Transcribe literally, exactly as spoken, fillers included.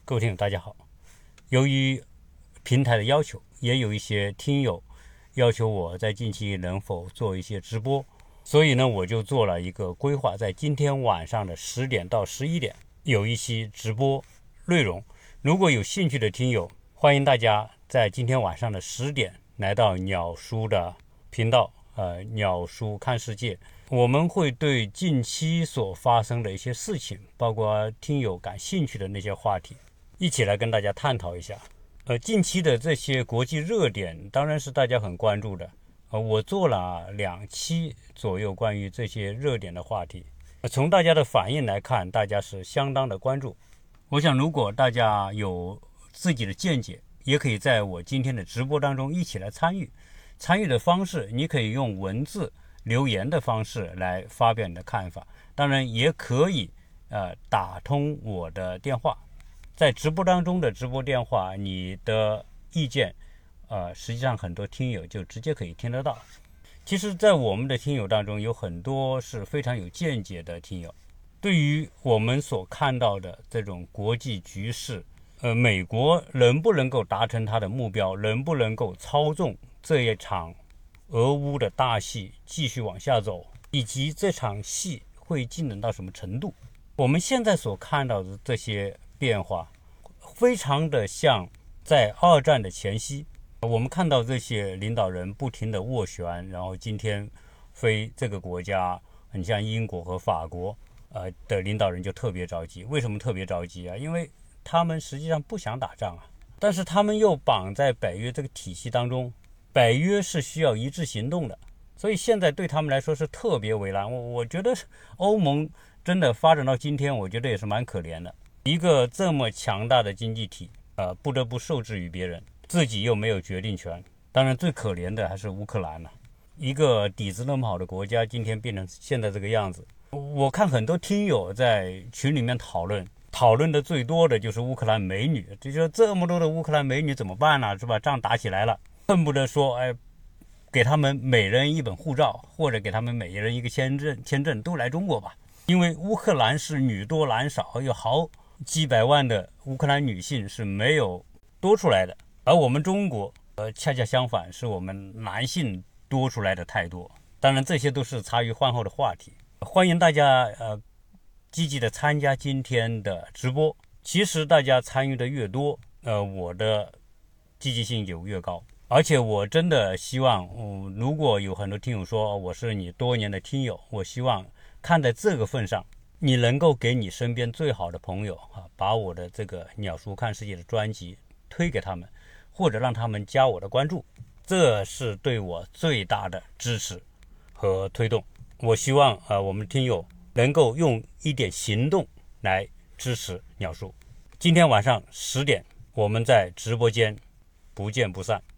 各位听友大家好，由于平台的要求，也有一些听友要求我在近期能否做一些直播，所以呢我就做了一个规划，在今天晚上的十点到十一点有一期直播内容。如果有兴趣的听友，欢迎大家在今天晚上的十点来到鸟叔的频道，呃，鸟叔看世界。我们会对近期所发生的一些事情，包括听友感兴趣的那些话题，一起来跟大家探讨一下。呃，近期的这些国际热点当然是大家很关注的。呃，我做了两期左右关于这些热点的话题，呃，从大家的反应来看，大家是相当的关注。我想，如果大家有自己的见解，也可以在我今天的直播当中一起来参与。参与的方式，你可以用文字留言的方式来发表你的看法，当然也可以呃打通我的电话，在直播当中的直播电话，你的意见呃实际上很多听友就直接可以听得到。其实在我们的听友当中有很多是非常有见解的听友，对于我们所看到的这种国际局势，呃美国能不能够达成它的目标，能不能够操纵这一场俄乌的大戏继续往下走，以及这场戏会进展到什么程度，我们现在所看到的这些变化非常的像在二战的前夕。我们看到这些领导人不停的斡旋，然后今天非这个国家，很像英国和法国呃的领导人就特别着急。为什么特别着急啊？因为他们实际上不想打仗啊，但是他们又绑在北约这个体系当中，北约是需要一致行动的，所以现在对他们来说是特别为难。我我觉得欧盟真的发展到今天，我觉得也是蛮可怜的。一个这么强大的经济体，呃，不得不受制于别人，自己又没有决定权。当然，最可怜的还是乌克兰了，一个底子那么好的国家，今天变成现在这个样子。我看很多听友在群里面讨论，讨论的最多的就是乌克兰美女，就说这么多的乌克兰美女怎么办呢？是吧？仗打起来了。恨不得说，哎，给他们每人一本护照，或者给他们每人一个签证，签证都来中国吧。因为乌克兰是女多男少，有好几百万的乌克兰女性是没有多出来的，而我们中国，呃，恰恰相反，是我们男性多出来的太多。当然，这些都是茶余饭后的话题。欢迎大家呃积极的参加今天的直播。其实大家参与的越多，呃，我的积极性就越高。而且我真的希望，嗯，如果有很多听友说我是你多年的听友，我希望看在这个份上，你能够给你身边最好的朋友啊，把我的这个鸟叔看世界的专辑推给他们，或者让他们加我的关注，这是对我最大的支持和推动。我希望啊、呃，我们听友能够用一点行动来支持鸟叔。今天晚上十点，我们在直播间不见不散。